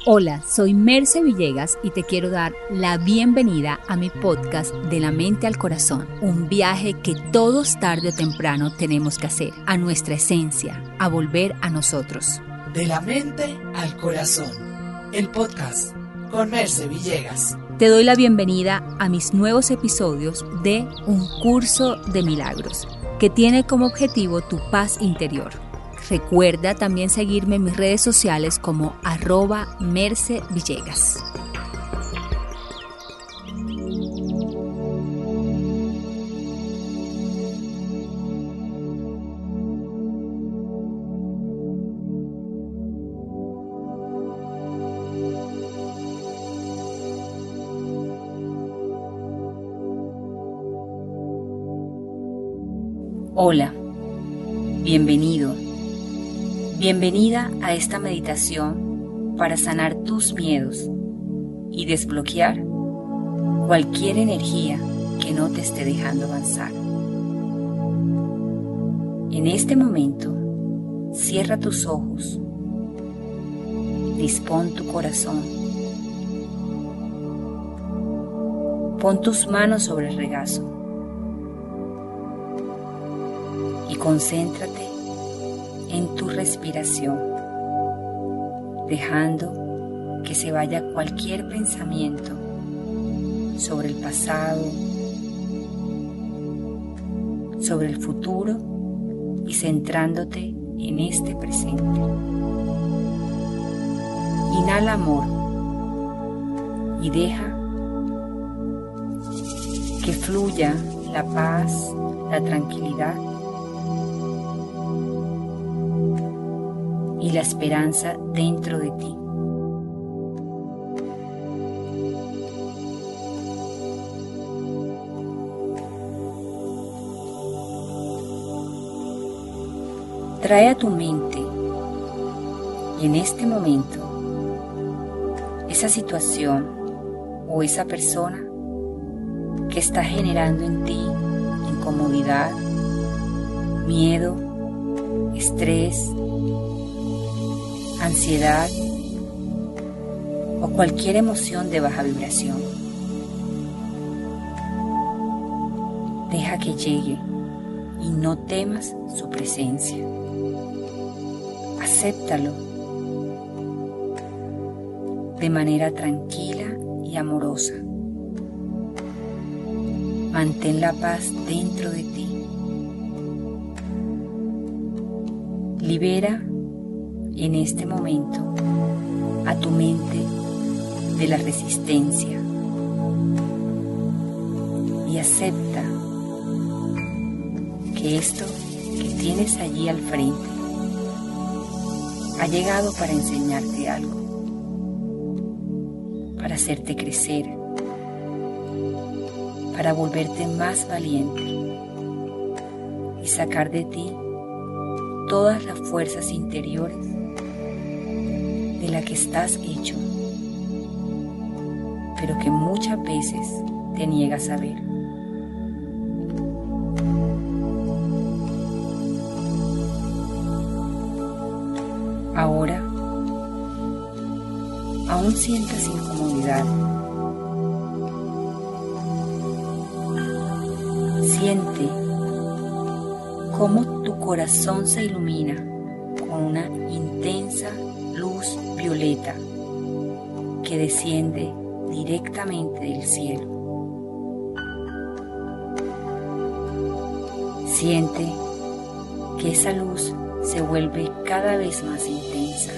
Hola, soy Merce Villegas y te quiero dar la bienvenida a mi podcast De la mente al corazón, un viaje que todos tarde o temprano tenemos que hacer, a nuestra esencia, a volver a nosotros. De la mente al corazón, el podcast con Merce Villegas. Te doy la bienvenida a mis nuevos episodios de Un Curso de Milagros, que tiene como objetivo tu paz interior. Recuerda también seguirme en mis redes sociales como @mercevillegas. Hola, bienvenido. Bienvenida a esta meditación para sanar tus miedos y desbloquear cualquier energía que no te esté dejando avanzar. En este momento, cierra tus ojos, dispón tu corazón, pon tus manos sobre el regazo y concéntrate en tu respiración, dejando que se vaya cualquier pensamiento sobre el pasado, sobre el futuro y centrándote en este presente. Inhala amor y deja que fluya la paz, la tranquilidad y la esperanza dentro de ti. Trae a tu mente y en este momento esa situación o esa persona que está generando en ti incomodidad, miedo, estrés, ansiedad o cualquier emoción de baja vibración. Deja que llegue y no temas su presencia. Acéptalo de manera tranquila y amorosa. Mantén la paz dentro de ti. Libera en este momento a tu mente de la resistencia y acepta que esto que tienes allí al frente ha llegado para enseñarte algo, para hacerte crecer, para volverte más valiente y sacar de ti todas las fuerzas interiores de la que estás hecho, pero que muchas veces te niegas a ver. Ahora, aún sientas incomodidad. Siente cómo tu corazón se ilumina con una intensa luz violeta que desciende directamente del cielo. Siente que esa luz se vuelve cada vez más intensa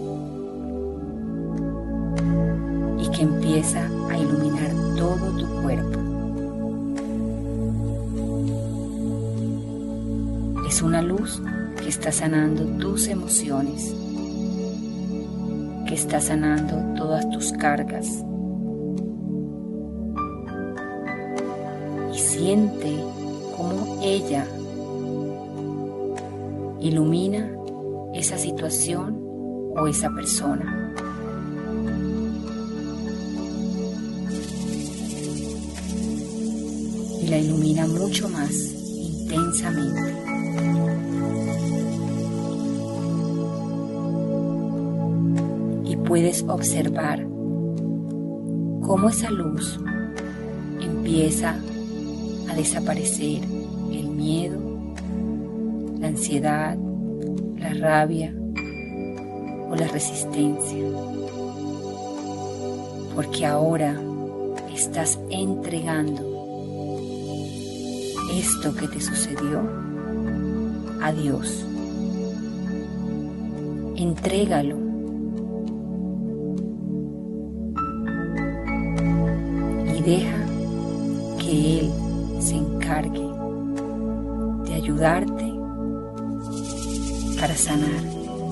y que empieza a iluminar todo tu cuerpo. Es una luz que está sanando tus emociones, que está sanando todas tus cargas. Y siente cómo ella ilumina esa situación o esa persona. Y la ilumina mucho más intensamente. puedes observar cómo esa luz empieza a desaparecer el miedo, la ansiedad, la rabia o la resistencia. Porque ahora estás entregando esto que te sucedió a Dios. Entrégalo. Y deja que Él se encargue de ayudarte para sanar.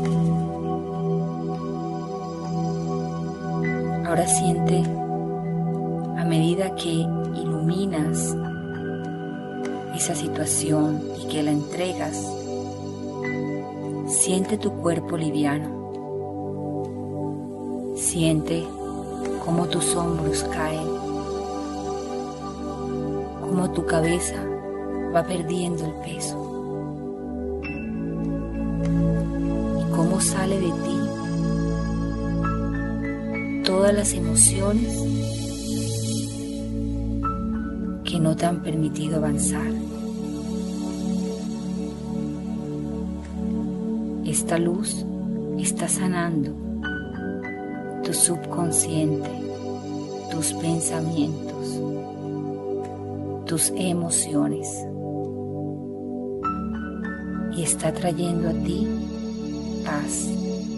Ahora siente, a medida que iluminas esa situación y que la entregas, siente tu cuerpo liviano. Siente cómo tus hombros caen, cómo tu cabeza va perdiendo el peso y cómo sale de ti todas las emociones que no te han permitido avanzar. Esta luz está sanando tu subconsciente, tus pensamientos, tus emociones y está trayendo a ti paz,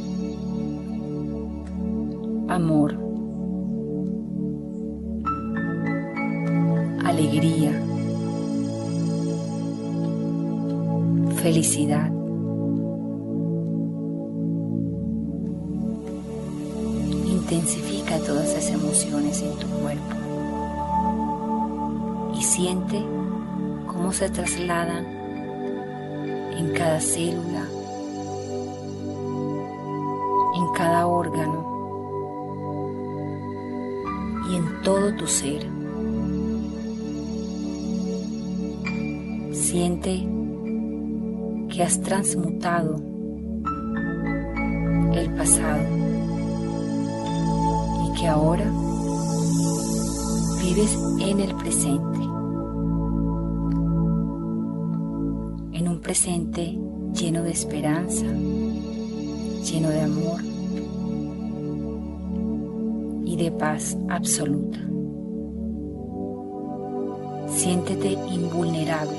amor, alegría, felicidad. Intensifica todas esas emociones en tu cuerpo y siente cómo se trasladan en cada célula, en cada órgano y en todo tu ser. Siente que has transmutado el pasado y que ahora vives en el presente, en un presente lleno de esperanza, lleno de amor y de paz absoluta. Siéntete invulnerable.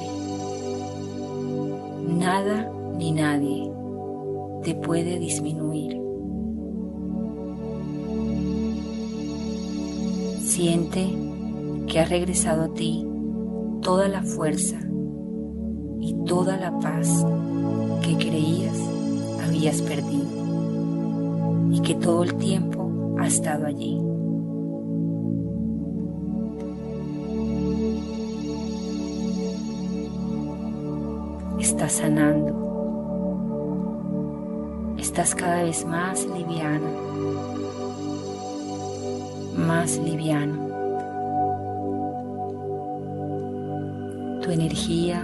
Nada ni nadie te puede disminuir. Siente que ha regresado a ti toda la fuerza y toda la paz que creías habías perdido y que todo el tiempo ha estado allí. Estás sanando. Estás cada vez más liviana, más liviano. Tu energía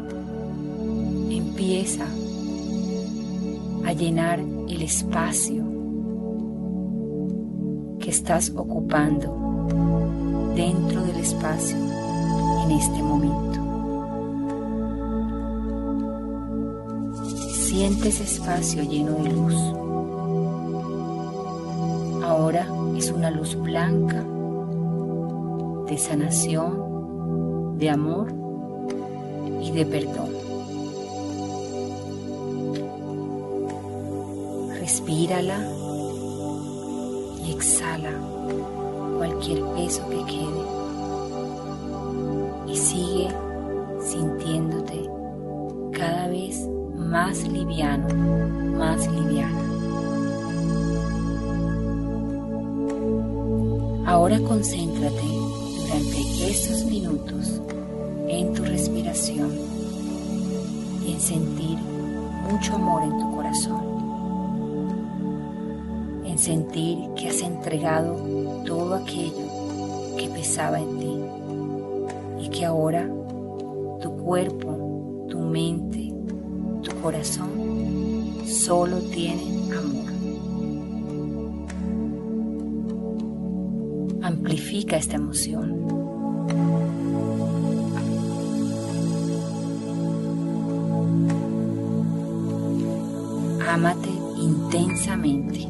empieza a llenar el espacio que estás ocupando dentro del espacio en este momento. Siente ese espacio lleno de luz. Ahora es una luz blanca de sanación, de amor y de perdón. Respírala y exhala cualquier peso que quede y sigue sintiéndote cada vez más liviano, más liviana. Ahora concéntrate durante estos minutos en tu respiración y en sentir mucho amor en tu corazón, en sentir que has entregado todo aquello que pesaba en ti y que ahora tu cuerpo, tu mente, tu corazón solo tienen amor. Amplifica esta emoción. Ámate intensamente.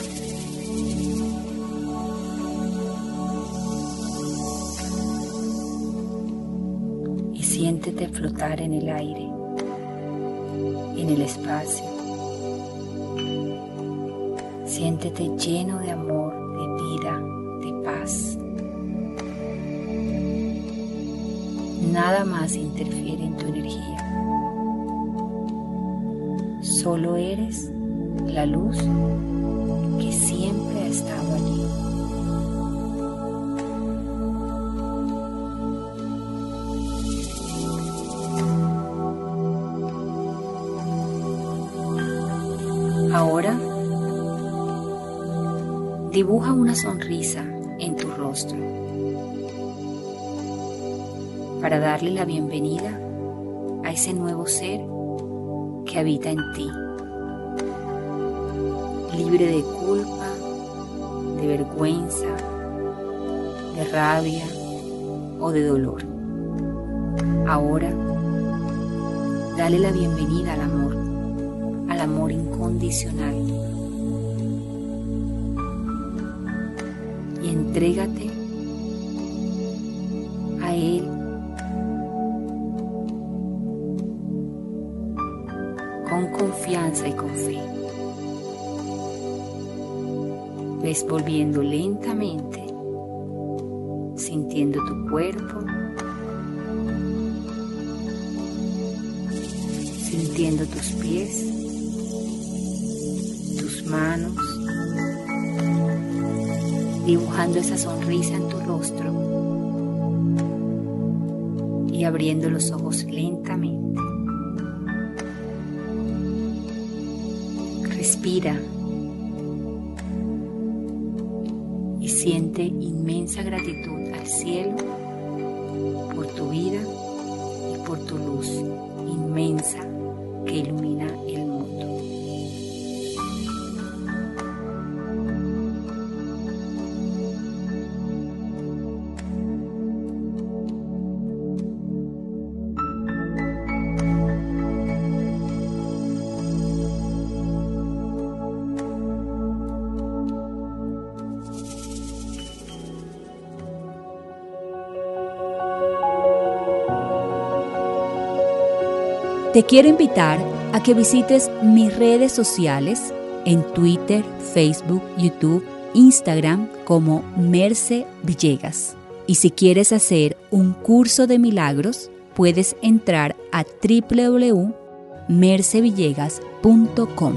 Y siéntete flotar en el aire, en el espacio. Siéntete lleno de amor, de vida, de paz. Nada más interfiere en tu energía. Solo eres la luz que siempre ha estado allí. Ahora, dibuja una sonrisa en tu rostro para darle la bienvenida a ese nuevo ser que habita en ti, libre de culpa, de vergüenza, de rabia o de dolor. Ahora, dale la bienvenida al amor incondicional, y entrégate a él con confianza y con fe. Ves volviendo lentamente, sintiendo tu cuerpo, sintiendo tus pies, tus manos, dibujando esa sonrisa en tu rostro y abriendo los ojos lentamente. Respira y siente inmensa gratitud al cielo por tu vida y por tu luz inmensa que ilumina el mundo. Te quiero invitar a que visites mis redes sociales en Twitter, Facebook, YouTube, Instagram como Merce Villegas. Y si quieres hacer un curso de milagros, puedes entrar a www.mercevillegas.com.